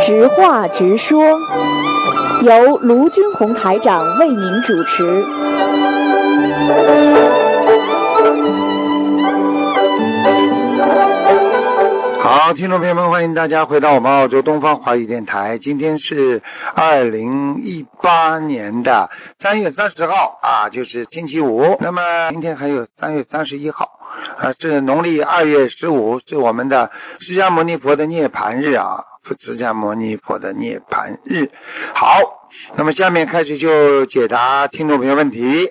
直话直说，由卢军红台长为您主持。 好，听众朋友们，欢迎大家回到我们澳洲东方华语电台。今天是2018年的3月30号啊，就是星期五。那么明天还有3月31号这农历2月15是我们的释迦牟尼佛的涅槃日啊，释迦牟尼佛的涅槃日。好，那么下面开始就解答听众朋友问题。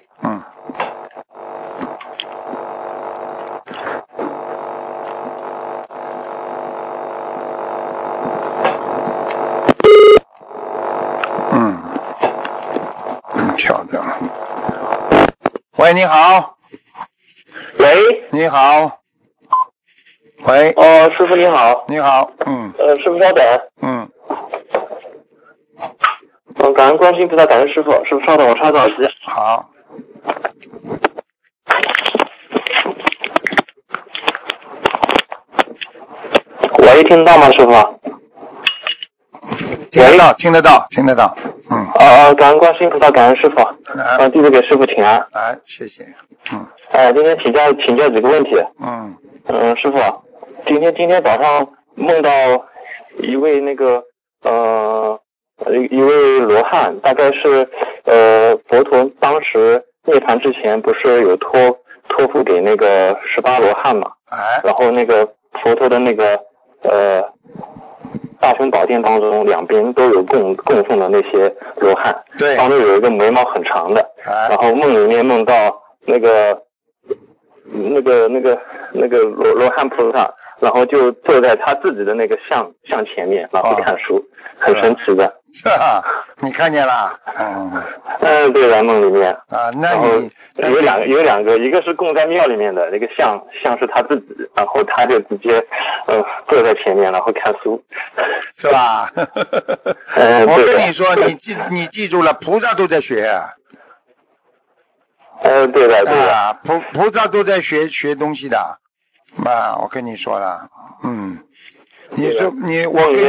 跳掉了。喂，你好。 喂， 你好。喂。 师傅你好。 你好。 师傅稍等。感恩观世音菩萨，感恩师傅。师傅稍等，我插个耳机。 好。 喂，听得到吗，师傅？ 听得到。 感恩观世音菩萨，感恩师傅。弟子给师傅请安。 谢谢。 今天请教几个问题。师傅，今天早上梦到一位一位罗汉，大概是佛陀当时涅槃之前不是有托付给那个18罗汉嘛？然后那个佛陀的那个大雄宝殿当中，两边都有供奉的那些罗汉， 对， 当中有一个眉毛很长的，然后梦里面梦到那个罗汉菩萨，然后就坐在他自己的那个像前面，然后看书，很神奇的。 是吧？你看见了？ 对，在梦里面。 那你有两个，一个是供在庙里面的那个像是他自己，然后他就直接坐在前面，然后看书， 是吧？我跟你说，你记住了，菩萨都在学。 对的。 菩萨都在学东西的。我跟你说了，你说你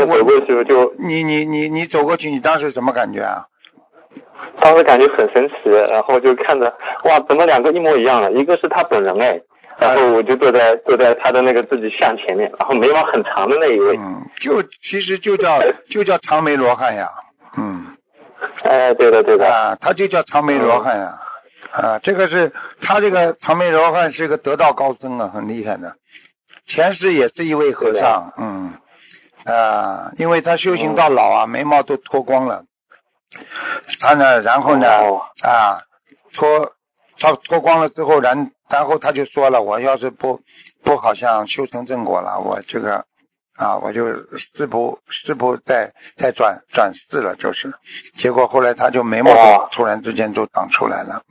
走过去，你当时什么感觉啊？ 当时感觉很神奇，然后就看着哇，怎么两个一模一样的？一个是他本人然后我就坐在他的那个自己像前面，然后眉毛很长的那一位。 其实就叫长眉罗汉呀。 对的。 他就叫长眉罗汉呀。这个是他这个长眉罗汉是个得道高僧啊，很厉害的。前世也是一位和尚。因为他修行到老眉毛都脱光了。他呢，然后呢，脱光了之后，然后他就说了，我要是不好像修成正果了，我这个我就誓不再转世了，就是。结果后来他就眉毛都突然之间都长出来了。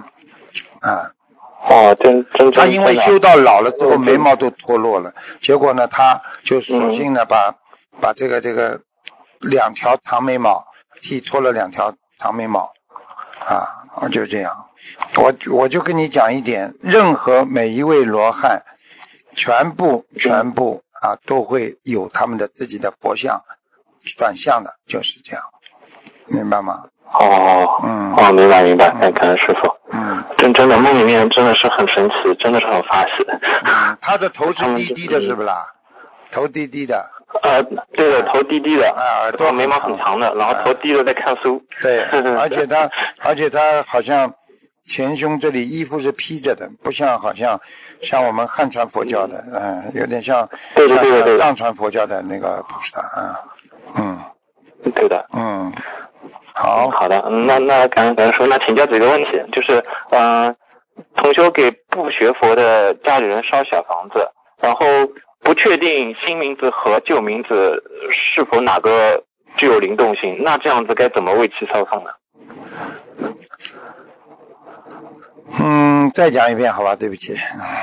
他因为修到老了之后眉毛都脱落了，结果呢他就索性呢把这个两条长眉毛剃脱了2条长眉毛就这样。我就跟你讲一点，任何每一位罗汉全部都会有他们的自己的佛像转向的，就是这样，明白吗？ 明白，感恩师傅。真的梦里面真的是很神奇，真的是很发喜。 他的头是低低的，是不啦？头低低的。 对的，头低低的， 耳朵眉毛很长的，然后头低的在看书。 对，而且他好像前胸这里衣服是披着的，不像好像我们汉传佛教的，有点像藏传佛教的那个菩萨对的。好的，那感恩说，那请教几个问题，就是同修给不学佛的家里人烧小房子，然后不确定新名字和旧名字是否哪个具有灵动性，那这样子该怎么为其烧送呢？ 再讲一遍好吧，对不起。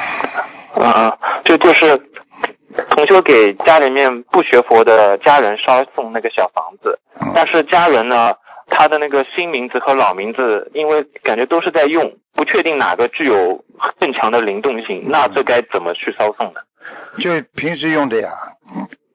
就是同修给家里面不学佛的家人烧送那个小房子，但是家人呢，他的那个新名字和老名字，因为感觉都是在用，不确定哪个具有更强的灵动性，那这该怎么去烧送呢？ 就平时用的呀。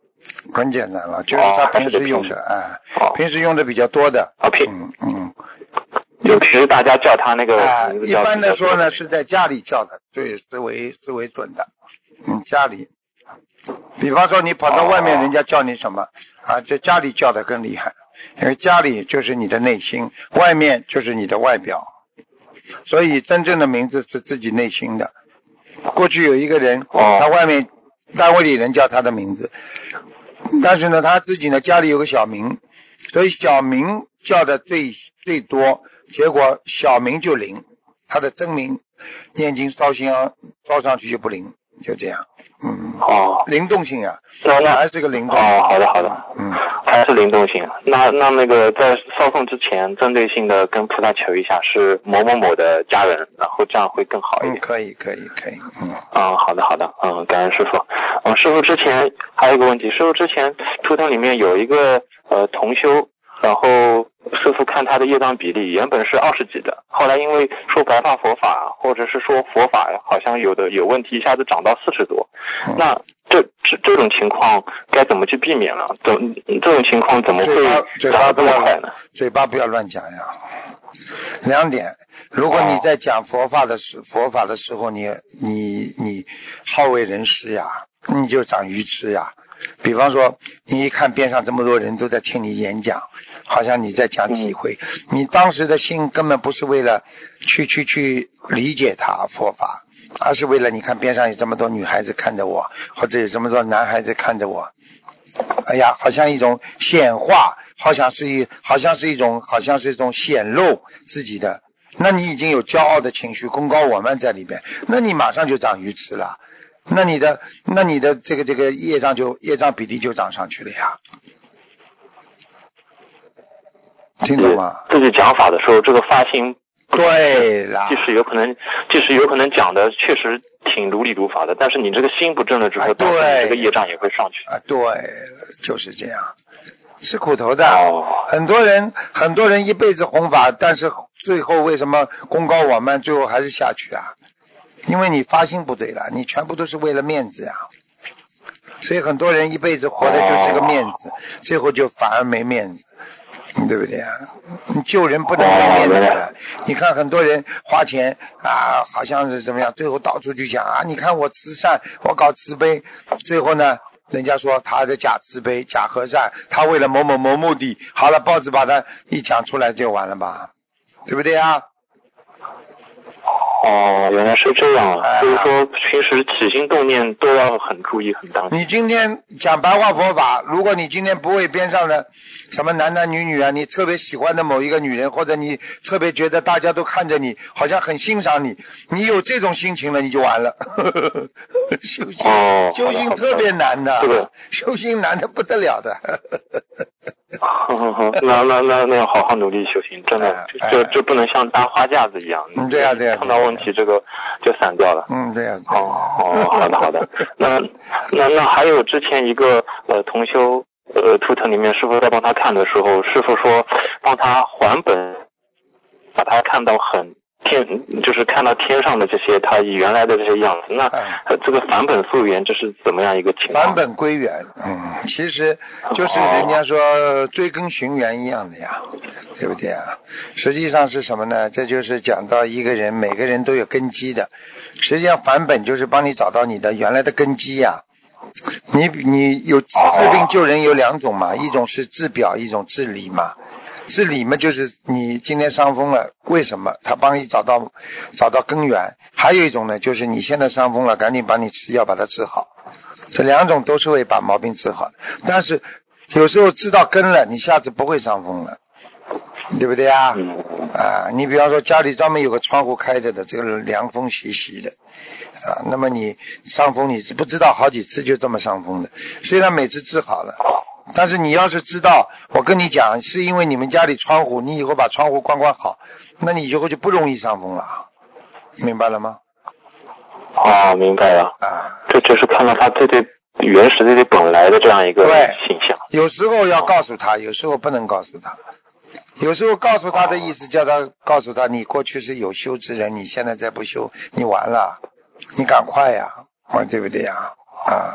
很简单了，就是他平时用的平时用的比较多的。 就平时大家叫他那个一般的说呢是在家里叫的，对，是为准的。家里，比方说你跑到外面，人家叫你什么在家里叫的更厉害，因为家里就是你的内心，外面就是你的外表，所以真正的名字是自己内心的。过去有一个人，他外面单位里人叫他的名字，但是呢他自己呢家里有个小名，所以小名叫的最多，结果小名就灵，他的真名念经烧香烧上去就不灵，就这样。灵动性啊，那还是个灵动。 好的，还是灵动性。那个在烧送之前，针对性的跟菩萨求一下，是某某某的家人，然后这样会更好一点。 可以。 好的，感恩师父。师父之前还有一个问题，师父之前图腾里面有一个同修，然后师父看他的业障比例原本是20几的，后来因为说白话佛法或者是说佛法好像有问题，一下子涨到40多。那这种情况该怎么去避免了？这种情况怎么会涨这么快呢？ 嘴巴不要乱讲呀。2点，如果你在讲佛法的时候，你好为人师呀，你就长愚痴呀。比方说你一看边上这么多人都在听你演讲，好像你在讲体会，你当时的心根本不是为了去理解他佛法，而是为了你看边上有这么多女孩子看着我，或者有这么多男孩子看着我，哎呀，好像一种显化，好像是一种显露自己的，那你已经有骄傲的情绪，功高我慢在里边，那你马上就长愚痴了，那你的这个业障比例就涨上去了呀。听懂吗？ 自己讲法的时候，这个发心对了， 即使有可能讲的确实挺如理如法的，但是你这个心不正了之后，导致你这个业障也会上去。 对，就是这样，吃苦头的。很多人一辈子弘法，但是最后为什么功高我慢，最后还是下去啊？因为你发心不对了，你全部都是为了面子呀。所以很多人一辈子活的就是个面子，最后就反而没面子。对不对啊？你救人不能没面子的。你看很多人花钱好像是怎么样，最后到处去讲你看我慈善，我搞慈悲，最后呢，人家说他的假慈悲、假和善，他为了某某某目的，好了，报纸把他一讲出来就完了吧，对不对啊？ 原来是这样啊！所以说平时起心动念都要很注意、很当心。 你今天讲白话佛法，如果你今天不为边上的什么男女你特别喜欢的某一个女人，或者你特别觉得大家都看着你，好像很欣赏你，你有这种心情了，你就完了。修行特别难的，修行难的不得了的。 那要好好努力修行，真的，就不能像搭花架子一样。 对呀， 碰到问题这个就散掉了。 对呀。 好的。那还有之前一个同修图腾里面，师父在帮他看的时候，师父说帮他还本，把他看到就是看到天上的这些他原来的这些样子。那这个返本溯源，这是怎么样一个情况？ 返本归元，其实就是人家说追根寻源一样的呀，对不对啊？实际上是什么呢？这就是讲到一个人，每个人都有根基的。实际上返本就是帮你找到你的原来的根基呀。你有治病救人有2种嘛，一种是治表，一种治理嘛。治理嘛，就是你今天伤风了，为什么？他帮你找到根源。还有一种呢，就是你现在伤风了，赶紧帮你吃药把它治好。这2种都是会把毛病治好的，但是有时候治到根了，你下次不会伤风了，对不对啊？你比方说家里专门有个窗户开着的，这个凉风习习的那么你伤风，你不知道好几次就这么伤风的，虽然每次治好了，但是你要是知道，我跟你讲，是因为你们家里窗户，你以后把窗户关好，那你以后就不容易伤风了，明白了吗？ 明白了。这是看到他最原始最本来的这样一个形象。 有时候要告诉他，有时候不能告诉他。有时候告诉他的意思，告诉他你过去是有修之人，你现在再不修，你完了，你赶快呀，对不对呀？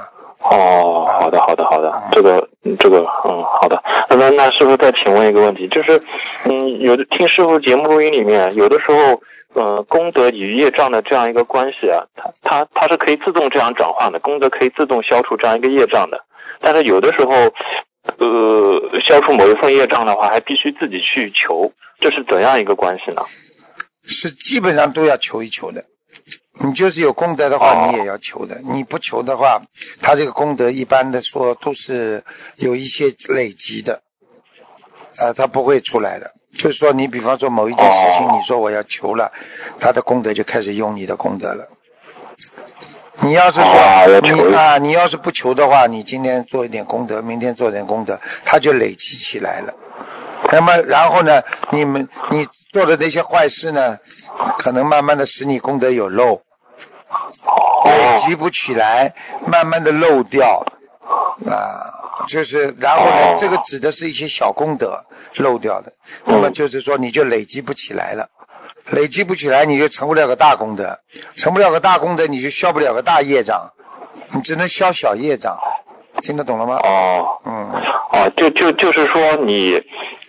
哦，好的，这个，好的。那师傅再请问一个问题，就是，有的听师傅节目录音里面，有的时候，功德与业障的这样一个关系啊，它是可以自动这样转换的，功德可以自动消除这样一个业障的。但是有的时候，消除某一份业障的话，还必须自己去求，这是怎样一个关系呢？ 是基本上都要求一求的。你就是有功德的话，你也要求的。你不求的话，他这个功德一般的说都是有一些累积的，他不会出来的。就是说，你比方说某一件事情，你说我要求了，他的功德就开始用你的功德了。你要是说你要是不求的话，你今天做一点功德，明天做点功德，它就累积起来了。那么然后呢，你做的那些坏事呢，可能慢慢的使你功德有漏，累积不起来，慢慢的漏掉就是然后呢，这个指的是一些小功德漏掉的，那么就是说你就累积不起来了，累积不起来你就成不了个大功德，成不了个大功德你就消不了个大业障，你只能消小业障，听得懂了吗？ 就是说你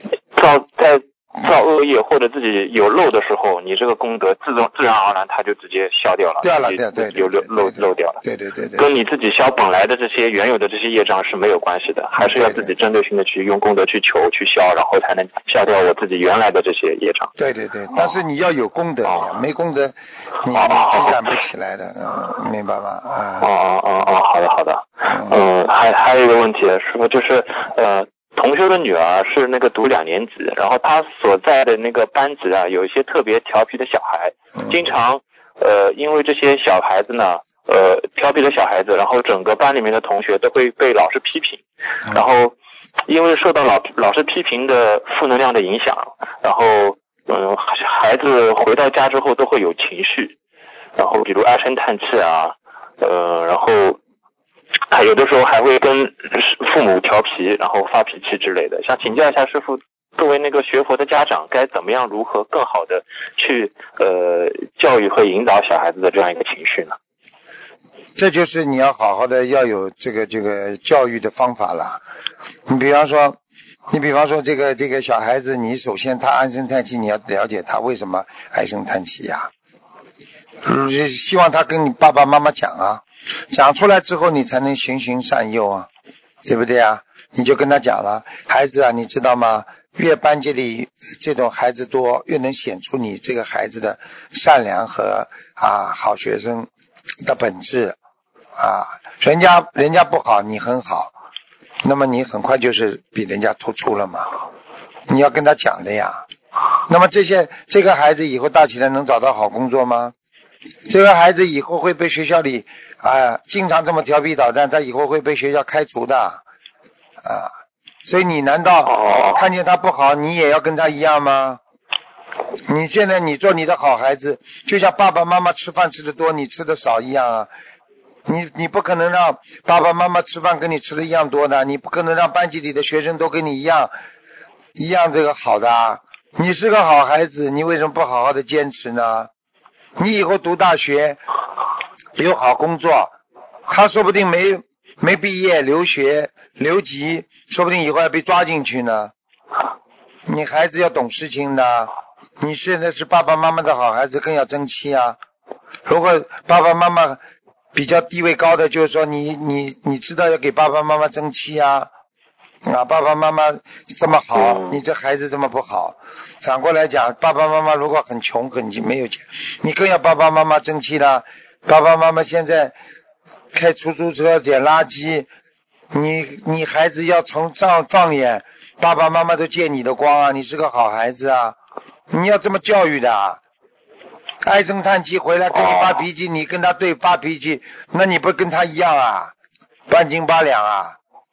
造恶业或者自己有漏的时候，你这个功德自然而然它就直接消掉了， 对， 有漏掉了， 对， 跟你自己消本来的这些原有的这些业障是没有关系的，还是要自己针对性的去用功德去求去消，然后才能消掉我自己原来的这些业障。 对，但是你要有功德呀，没功德你积攒不起来的，明白吗？ 好的，还有一个问题，师傅就是同修的女儿是那个读2年级，然后她所在的那个班级啊，有一些特别调皮的小孩，经常因为这些小孩子呢，调皮的小孩子，然后整个班里面的同学都会被老师批评，然后因为受到老师批评的负能量的影响，然后孩子回到家之后都会有情绪，然后比如唉声叹气啊，然后他有的时候还会跟父母调皮，然后发脾气之类的。想请教一下师父，作为那个学佛的家长，该怎么样如何更好的去教育和引导小孩子的这样一个情绪呢？ 这就是你要好好的要有这个教育的方法了。你比方说这个小孩子，你首先他唉声叹气，你要了解他为什么唉声叹气呀。希望他跟你爸爸妈妈讲啊，讲出来之后你才能循循善诱啊，对不对啊？你就跟他讲了，孩子啊，你知道吗？越班级里这种孩子多，越能显出你这个孩子的善良和好学生的本质人家不好，你很好，那么你很快就是比人家突出了嘛。你要跟他讲的呀。那么这个孩子以后大起来能找到好工作吗？这个孩子以后会被学校里经常这么调皮捣蛋，他以后会被学校开除的所以你难道看见他不好你也要跟他一样吗？你现在你做你的好孩子，就像爸爸妈妈吃饭吃的多你吃的少一样你不可能让爸爸妈妈吃饭跟你吃的一样多的，你不可能让班级里的学生都跟你一样这个好的你是个好孩子，你为什么不好好的坚持呢？你以后读大学有好工作，他说不定没毕业留学留级，说不定以后要被抓进去呢。你孩子要懂事情的，你现在是爸爸妈妈的好孩子，更要争气啊。如果爸爸妈妈比较地位高的，就是说你知道要给爸爸妈妈争气爸爸妈妈这么好，你这孩子这么不好。反过来讲，爸爸妈妈如果很穷很没有钱，你更要爸爸妈妈争气了。爸爸妈妈现在开出租车捡垃圾，你孩子要从上放眼，爸爸妈妈都见你的光你是个好孩子你要这么教育的唉声叹气回来跟你发脾气，你跟他对发脾气，那你不跟他一样半斤八两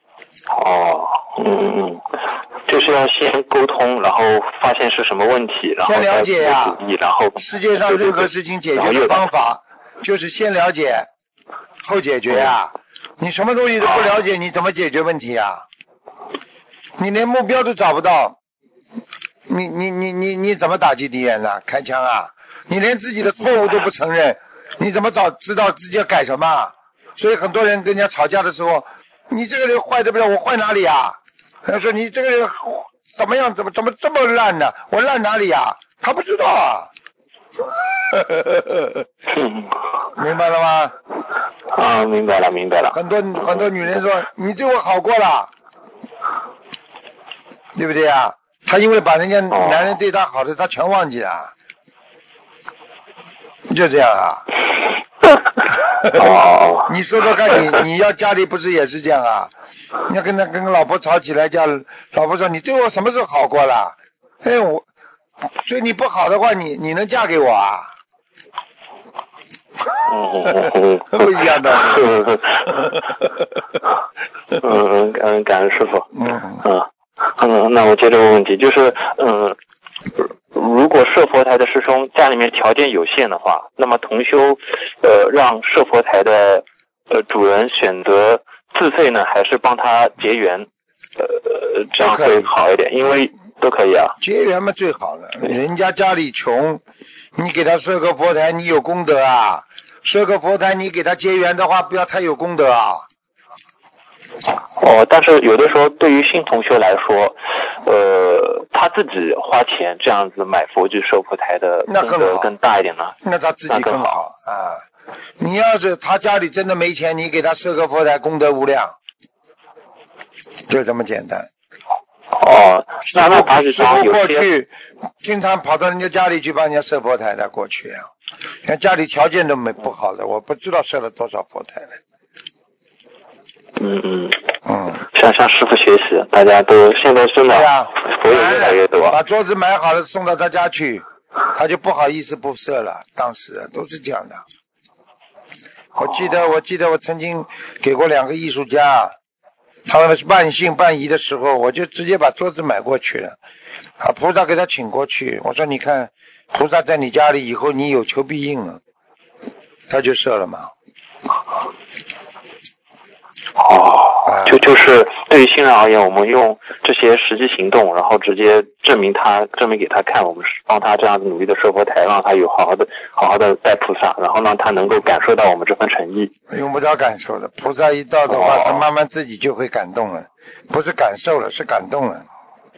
就是要先沟通，然后发现是什么问题，然后先了解然后世界上任何事情解决的方法就是先了解后解决你什么东西都不了解，你怎么解决问题你连目标都找不到，你怎么打击敌人呢？开枪你连自己的错误都不承认，你怎么知道自己要改什么？ 所以很多人跟人家吵架的时候，你这个人坏得不了，我坏哪里啊？他说你这个人怎么样？怎么这么烂呢？我烂哪里啊？他不知道啊。明白了吗？ 啊，明白了。 很多女人说你对我好过了，对不对啊？她因为把人家男人对她好的，她全忘记了，就这样啊。你说说看，你要家里不是也是这样啊？你要跟老婆吵起来，叫老婆说你对我什么时候好过了？哎，我对你不好的话，你能嫁给我啊？不一样的。 感恩师傅。那我接着问问题，就是如果设佛台的师兄家里面条件有限的话，那么同修让设佛台的主人选择自费呢，还是帮他结缘？这样会好一点，因为都可以啊。 结缘嘛最好了，人家家里穷，你给他设个佛台，你有功德啊。设个佛台，你给他结缘的话，不要太有功德啊。 但是有的时候对于新同学来说，他自己花钱这样子买佛具设佛台的功德更大一点呢。 那他自己更好啊。你要是他家里真的没钱，你给他设个佛台，功德无量，就这么简单。 那他是过去经常跑到人家家里去帮人家设佛台的，过去啊，人家家里条件都不好的，我不知道设了多少佛台了。 向师父学习，大家都现在真的佛友越来越多。 把桌子买好了送到他家去，他就不好意思不设了，当时都是这样的。我记得我曾经给过2个艺术家，他们办信办仪的时候，我就直接把桌子买过去了，菩萨给他请过去，我说你看菩萨在你家里以后你有求必应了，他就设了嘛。 就是对于新人而言，我们用这些实际行动，然后直接证明给他看，我们是帮他这样子努力的设佛台，让他有好好的拜菩萨，然后让他能够感受到我们这份诚意。 用不着感受的，菩萨一到的话，他慢慢自己就会感动了，不是感受了，是感动了。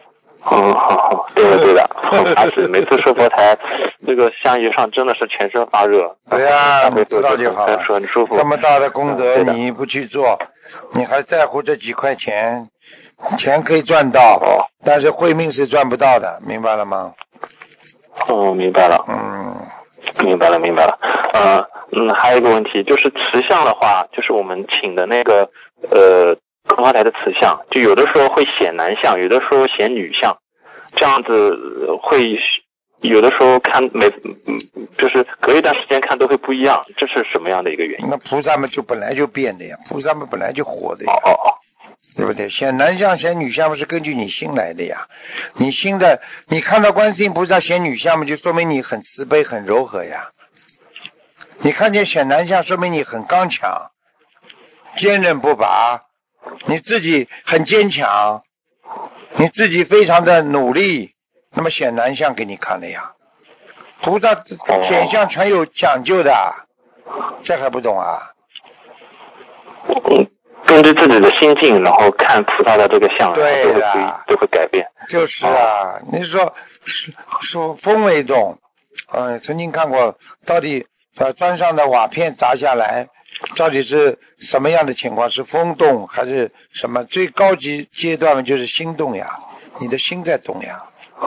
对的，而且每次设佛台，这个香仪上真的是全身发热。 对呀，你知道就好了。这么大的功德你不去做，你还在乎这几块钱？钱可以赚到，但是慧命是赚不到的，明白了吗？ 明白了。明白了。还有一个问题就是慈像的话，就是我们请的那个莲花台的慈像，就有的时候会显男相，有的时候显女相，这样子会有的时候看就是隔一段时间看都会不一样，这是什么样的一个原因？ 那菩萨们就本来就变的呀，菩萨们本来就活的呀。对不对？显男相显女相是根据你心来的呀。你看到观世音菩萨显女相嘛，就说明你很慈悲很柔和呀。你看见显男相，说明你很刚强坚韧不拔，你自己很坚强，你自己非常的努力，那么显男相给你看了呀。菩萨显相全有讲究的，这还不懂啊？ 根据自己的心境，然后看菩萨的这个相， 对都会改变。 就是啊，你说风为动，曾经看过，到底把砖上的瓦片砸下来，到底是什么样的情况？是风动还是什么？最高级阶段就是心动呀，你的心在动呀。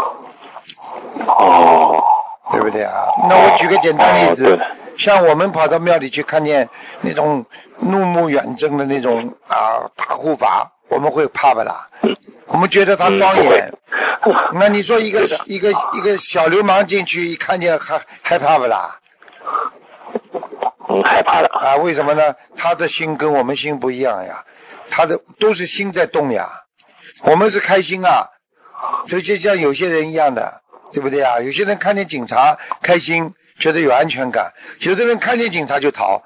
对不对啊？那我举个简单例子，像我们跑到庙里去看见那种怒目远征的那种大护法，我们会怕不啦？我们觉得他庄严。那你说一个小流氓进去一看见害怕不啦？ 害怕的为什么呢？他的心跟我们心不一样呀，他的都是心在动呀，我们是开心啊，就像有些人一样的，对不对啊？有些人看见警察开心，觉得有安全感，有的人看见警察就逃。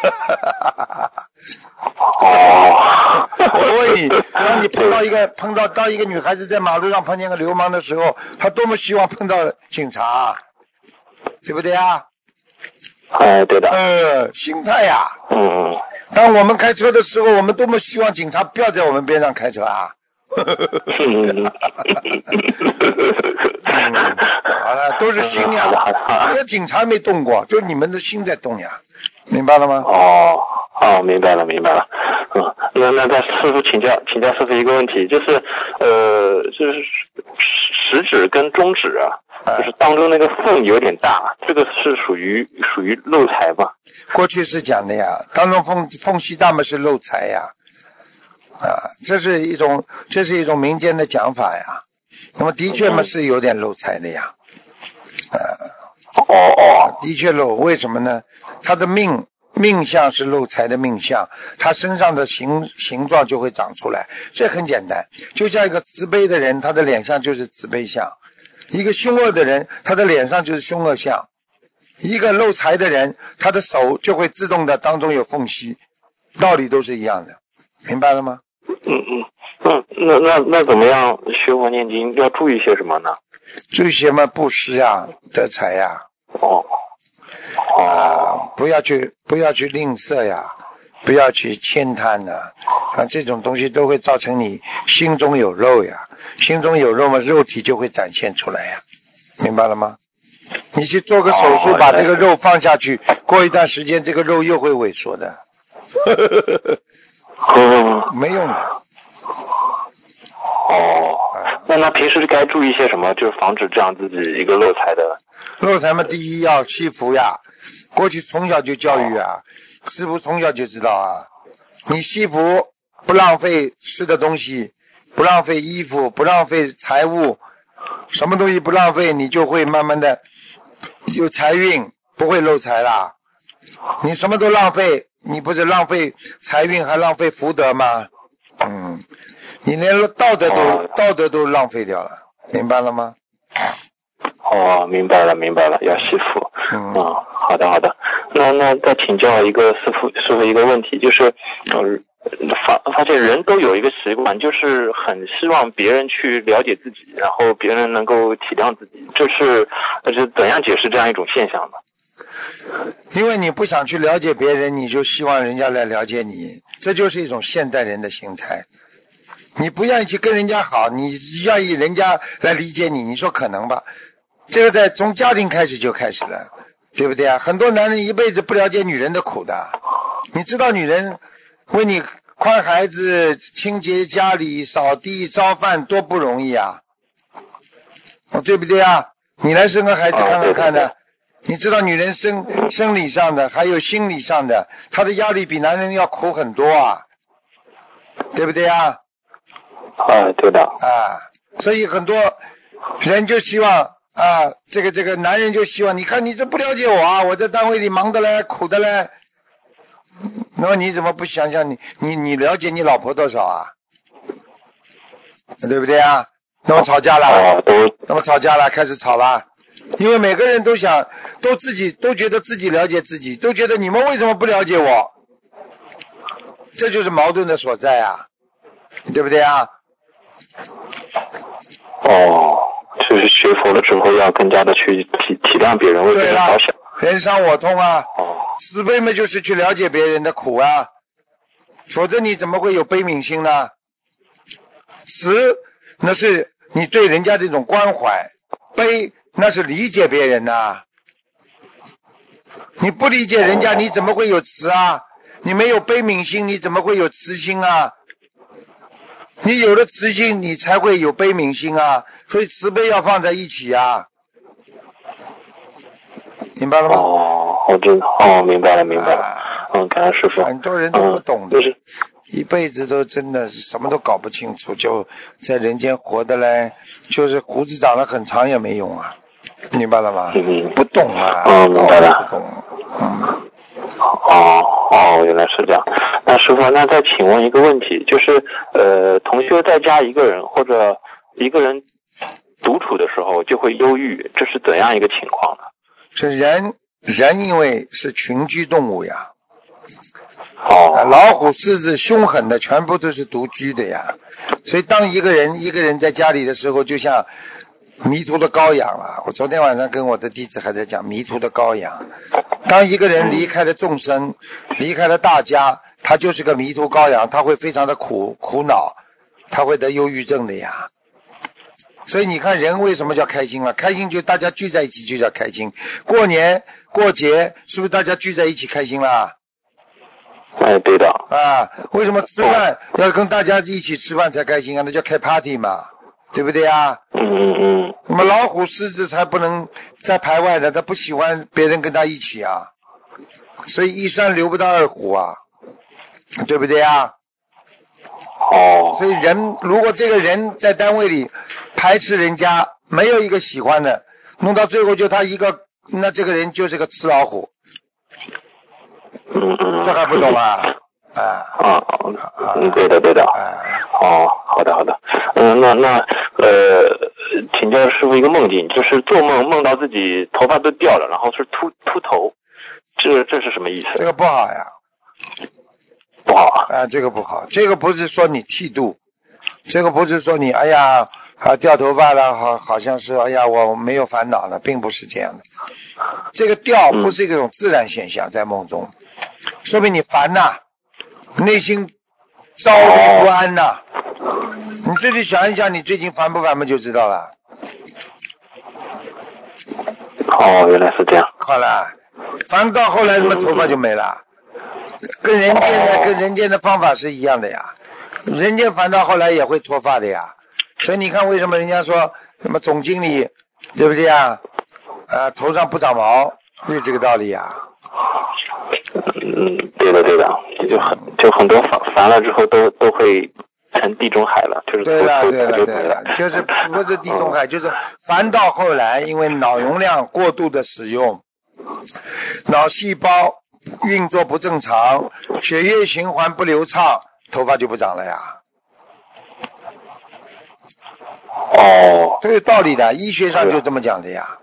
我问你，当你碰到一个女孩子在马路上碰见个流氓的时候，她多么希望碰到警察，对不对啊？ 对的。 心态呀， 当我们开车的时候，我们多么希望警察不要在我们边上开车啊！好了，都是心呀，这警察没动过，就你们的心在动呀，明白了吗？ 明白了。那再师傅请教师傅一个问题，就是食指跟中指就是当中那个缝有点大，这个是属于漏财吧？ 过去是讲的呀，当中缝隙大嘛是漏财呀，这是一种民间的讲法呀。那么的确嘛是有点漏财的呀，的确漏，为什么呢？他的命相是漏财的命相，他身上的形状就会长出来，这很简单。就像一个慈悲的人，他的脸上就是慈悲相；一个凶恶的人，他的脸上就是凶恶相；一个漏财的人，他的手就会自动的当中有缝隙，道理都是一样的，明白了吗？ 那怎么样学佛念经要注意些什么呢？ 注意些嘛，布施呀，得财呀。不要去吝啬呀，不要去悭贪呐，这种东西都会造成你心中有肉呀，心中有肉嘛，肉体就会展现出来呀，明白了吗？你去做个手术，把这个肉放下去，过一段时间这个肉又会萎缩的，没用的。 那平时该注意些什么，就是防止这样自己一个漏财的？ 漏财嘛，第一要惜福呀，过去从小就教育啊，师父从小就知道啊，你惜福，不浪费吃的东西，不浪费衣服，不浪费财物，什么东西不浪费，你就会慢慢的有财运，不会漏财啦。你什么都浪费，你不是浪费财运还浪费福德吗？你连道德都浪费掉了，明白了吗？ 明白了，要惜福。好的。那再请教一个师傅一个问题，就是发现人都有一个习惯，就是很希望别人去了解自己，然后别人能够体谅自己，这是怎样解释这样一种现象呢？ 因为你不想去了解别人，你就希望人家来了解你，这就是一种现代人的心态。你不愿意去跟人家好，你愿意人家来理解你，你说可能吧？这个从家庭开始就开始了，对不对啊？很多男人一辈子不了解女人的苦的，你知道女人为你宽孩子、清洁家里、扫地、烧饭多不容易啊，对不对啊？你来生个孩子看看看的，你知道女人生理上的还有心理上的，她的压力比男人要苦很多啊，对不对啊？ 对的。 所以很多人就希望这个男人就希望，你看你这不了解我啊，我在单位里忙得来苦得来，那么你怎么不想想你了解你老婆多少啊？对不对啊？那么吵架了，开始吵了，因为每个人都想都觉得自己了解自己，都觉得你们为什么不了解我，这就是矛盾的所在啊，对不对啊？ 就是学佛的时候要更加的去体谅别人，为别人着想。 人伤我痛啊！慈悲嘛，就是去了解别人的苦啊，否则你怎么会有悲悯心呢？慈那是你对人家这种关怀，悲那是理解别人啊。你不理解人家，你怎么会有慈啊？你没有悲悯心，你怎么会有慈心啊？你有了慈心，你才会有悲悯心啊，所以慈悲要放在一起啊，明白了吗？ 明白了。感恩师父。 很多人都不懂的，一辈子都真的是什么都搞不清楚，就在人间活得来，就是胡子长得很长也没用啊，明白了吗？不懂啊， 明白了。 不懂。 原来是这样。那师父，那再请问一个问题，就是同修在家一个人或者一个人独处的时候就会忧郁，这是怎样一个情况呢？ 是人因为是群居动物呀，老虎狮子凶狠的全部都是独居的呀，所以当一个人在家里的时候，就像迷途的羔羊了。我昨天晚上跟我的弟子还在讲迷途的羔羊， 当一个人离开了众生，离开了大家，他就是个迷途羔羊，他会非常的苦恼，他会得忧郁症的呀。所以你看人为什么叫开心啊？开心就大家聚在一起就叫开心。过年过节是不是大家聚在一起开心啦？ 对的。 啊，为什么吃饭要跟大家一起吃饭才开心啊？那叫开 party 嘛，对不对啊？那么老虎狮子才不能在排外的，他不喜欢别人跟他一起啊，所以一山留不到二虎啊，对不对啊？所以如果这个人在单位里排斥人家，没有一个喜欢的，弄到最后就他一个，那这个人就是个吃老虎。这还不懂啊？ 对的。好的。请教师傅一个梦境，就是做梦到自己头发都掉了，然后是秃头，这是什么意思？ 这个不好呀。 不好啊？ 这个不好，这个不是说你剃度，这个不是说你掉头发了，好像是我没有烦恼了，并不是这样的。这个掉不是一种自然现象，在梦中，说明你烦呐，内心焦虑不安呐。你自己想一想，你最近烦不烦嘛，就知道了。 原来是这样。 好了，烦到后来什么头发就没了，跟人间的方法是一样的呀。人间烦到后来也会脱发的呀。所以你看为什么人家说什么总经理，对不对啊？头上不长毛，就是这个道理呀。 对的，就很多烦了之后都会成地中海了，就是对了，就是不是地中海，就是烦到后来，因为脑容量过度的使用，脑细胞运作不正常，血液循环不流畅，头发就不长了呀。这个道理的，医学上就这么讲的呀。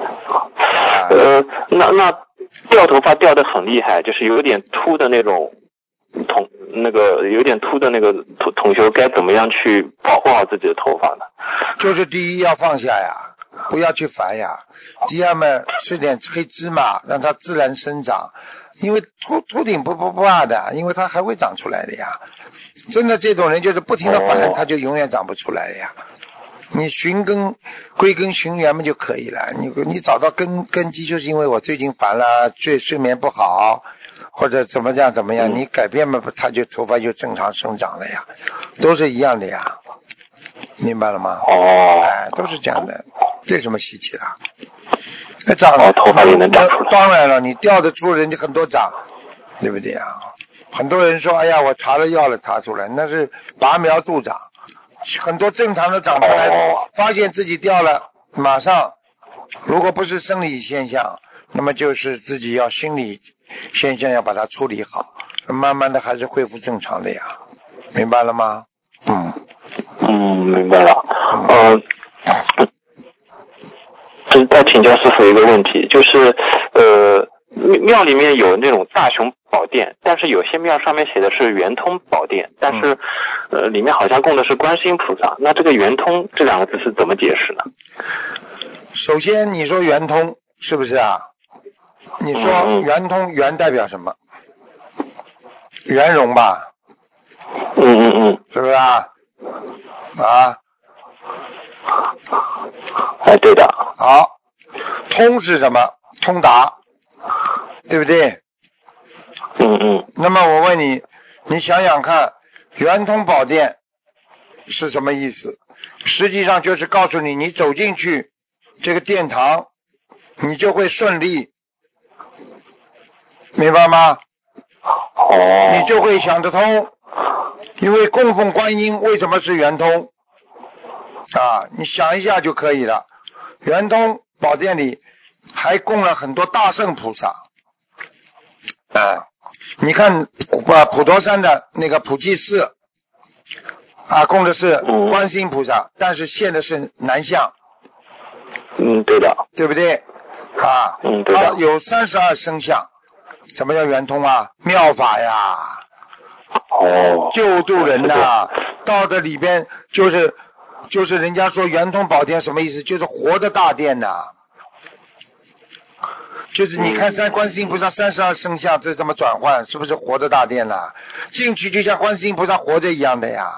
那掉头发掉得很厉害，就是有点秃的那种有点秃的那个同学该怎么样去保护好自己的头发呢？ 就是第一要放下呀，不要去烦呀。第二嘛，吃点黑芝麻，让它自然生长。因为秃顶不怕的，因为它还会长出来的呀。真的这种人就是不停的烦，他就永远长不出来的呀。你归根寻源嘛就可以了。你找到根基，就是因为我最近烦了，睡眠不好，或者怎么样，你改变嘛，它就头发就正常生长了呀，都是一样的呀，明白了吗？都是这样的，这什么稀奇了？ 头发也能长出来。 当然了，你掉得出人家很多长，对不对啊？很多人说，我查了药了，查出来，那是拔苗助长。很多正常的长出来，发现自己掉了，马上，如果不是生理现象，那么就是自己要心理现象要把它处理好，慢慢的还是恢复正常的呀，明白了吗？ 明白了。再请教师傅一个问题，就是庙里面有那种大雄宝殿，但是有些庙上面写的是圆通宝殿，但是里面好像供的是观世音菩萨，那这个圆通这两个字是怎么解释呢？ 首先你说圆通是不是啊？你说圆通，圆代表什么？圆融吧？是不是啊？ 对的。 好，通是什么？通达，对不对？那么我问你，你想想看，圆通宝殿是什么意思？实际上就是告诉你，你走进去这个殿堂，你就会顺利，明白吗？你就会想得通，因为供奉观音为什么是圆通？你想一下就可以了。圆通宝殿里还供了很多大圣菩萨。你看普陀山的那个普济寺供的是观世音菩萨，但是现的是南相。 对的。 对不对？ 对的。 它有32生相。什么叫圆通啊？妙法呀。救度人呐。到这里边就是人家说圆通宝殿什么意思？就是活的大殿呐。 就是你看观世音菩萨32圣像这么转换，是不是活的大殿了？进去就像观世音菩萨活着一样的呀。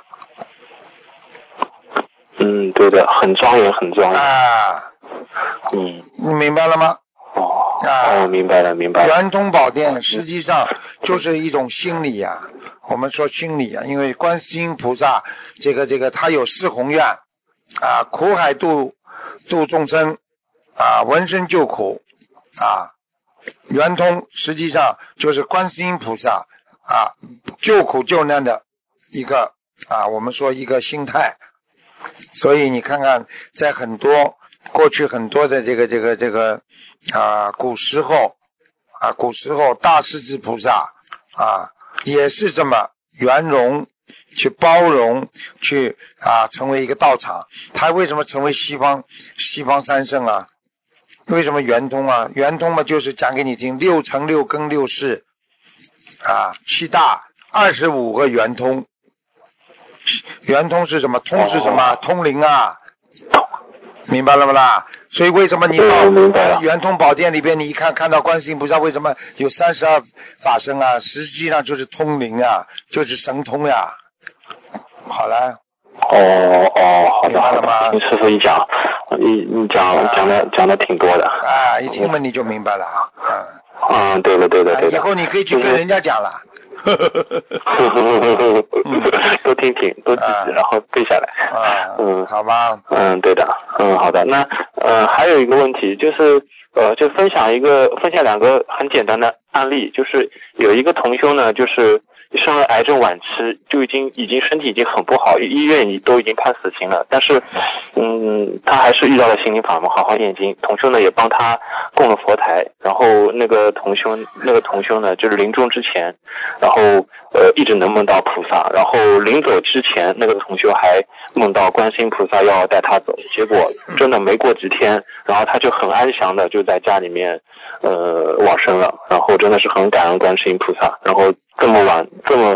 对的，很庄严，很庄严。 啊。你明白了吗？ 明白了。 圆通宝殿实际上就是一种心理呀，我们说心理啊，因为观世音菩萨这个他有4宏愿啊，苦海度众生啊，闻声救苦啊，圆通实际上就是观世音菩萨啊救苦救难的一个啊，我们说一个心态。所以你看看在过去很多的这个古时候大势至菩萨啊也是这么圆融去包容去成为一个道场。他为什么成为西方三圣啊？为什么圆通啊？圆通嘛就是讲给你听，6乘6更6世7大25个圆通。圆通是什么？通是什么？通灵啊，明白了不啦？所以为什么你到圆通宝殿里边，你一看到观世音菩萨为什么有32法身啊？实际上就是通灵啊，就是神通呀。好了。 好的。 明白了吗？ 听师傅一讲，你讲的挺多的。 一听嘛你就明白了。 对的。 以后你可以去跟人家讲了。 多听听，多记记，然后背下来。 好吧。 对的。好的。那还有一个问题就是就分享2个很简单的案例，就是有一个同修呢，就是生了癌症晚期，就已经身体已经很不好，医院都已经判死刑了，但是他还是遇到了心灵法门，好好念经。同修呢也帮他供了佛台，然后那个同修呢就是临终之前，然后一直能梦到菩萨，然后临走之前那个同修还梦到观世音菩萨要带他走，结果真的没过几天，然后他就很安详的就在家里面往生了，然后真的是很感恩观世音菩萨，然后这么晚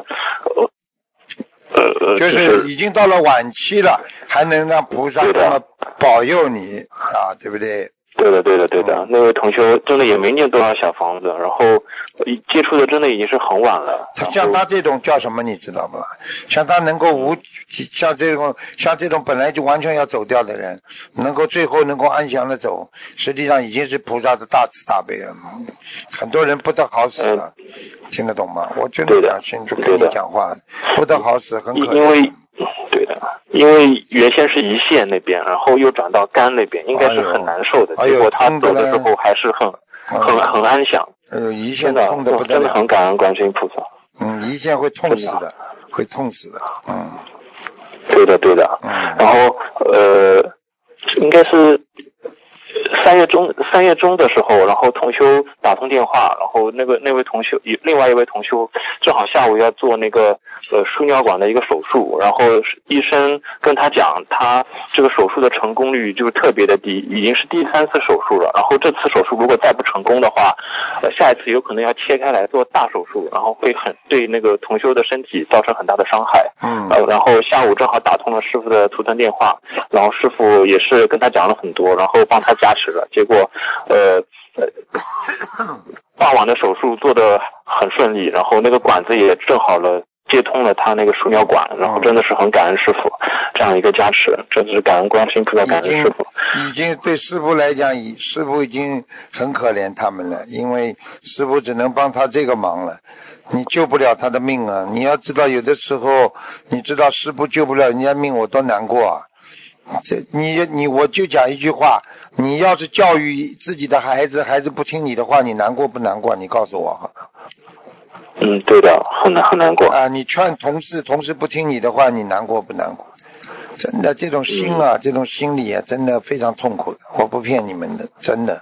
就是已经到了晚期了，还能让菩萨这么保佑你对不对？ 对的。那位同修真的也没念多少小房子，然后接触的真的已经是很晚了。 像他这种叫什么你知道吗？像他能够像这种本来就完全要走掉的人，最后能够安详的走，实际上已经是菩萨的大慈大悲了。很多人不得好死了，听得懂吗？我真的讲清楚跟你讲话，不得好死很可怜。 因为原先是胰腺那边，然后又转到肝那边，应该是很难受的。结果他走的时候还是很安详。 胰腺痛的不得了， 真的很感恩观世音菩萨。 胰腺会痛死的，会痛死的。 对的。然后应该是3月中的时候，然后同修打通电话，然后那位同修另外一位同修正好下午要做那个输尿管的一个手术，然后医生跟他讲，他这个手术的成功率就是特别的低，已经是第3次手术了，然后这次手术如果再不成功的话，下一次有可能要切开来做大手术，然后会对那个同修的身体造成很大的伤害。然后下午正好打通了师傅的图腾电话，然后师傅也是跟他讲了很多，然后帮他加持了，结果傍晚的手术做得很顺利，然后那个管子也正好接通了他那个输尿管，然后真的是很感恩师傅这样一个加持，真的是感恩观世音菩萨，感恩师傅。 已经对师傅来讲，师傅已经很可怜他们了，因为师傅只能帮他这个忙了，你救不了他的命啊！你要知道，有的时候你知道师傅救不了人家命，我多难过啊！我就讲一句话，你要是教育自己的孩子，孩子不听你的话，你难过不难过？你告诉我。 对的，很难过你劝同事不听你的话，你难过不难过？真的，这种心啊，这种心理啊，真的非常痛苦的，我不骗你们的，真的。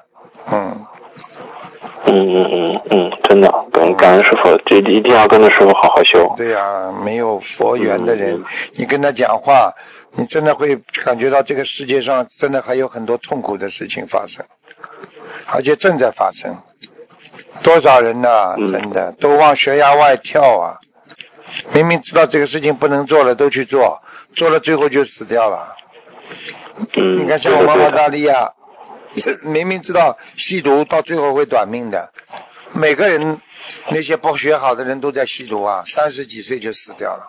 真的，感恩师傅，这一定要跟着师傅好好修。 对呀，没有佛缘的人，你跟他讲话，你真的会感觉到这个世界上真的还有很多痛苦的事情发生，而且正在发生。多少人真的都往悬崖外跳啊！明明知道这个事情不能做了，都去做了最后就死掉了。你看像我们澳大利亚明明知道吸毒到最后会短命的，每个人那些不学好的人都在吸毒啊，30几岁就死掉了。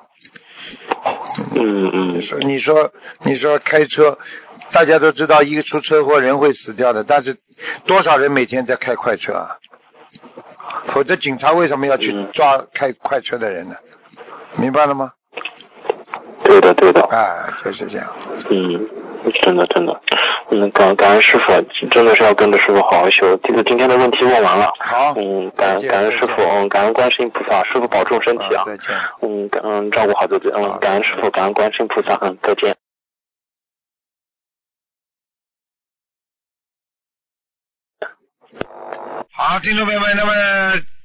你说开车，大家都知道一个出车祸人会死掉的，但是多少人每天在开快车啊？否则警察为什么要去抓开快车的人呢？明白了吗？ 对的。 就是这样。 真的。感恩师傅，真的是要跟着师傅好好修。今天的问题问完了。 好。 感恩师傅，感恩观世音菩萨，师傅保重身体啊。 再见。 照顾好自己。感恩师傅，感恩观世音菩萨。再见。 好，听众朋友们，那么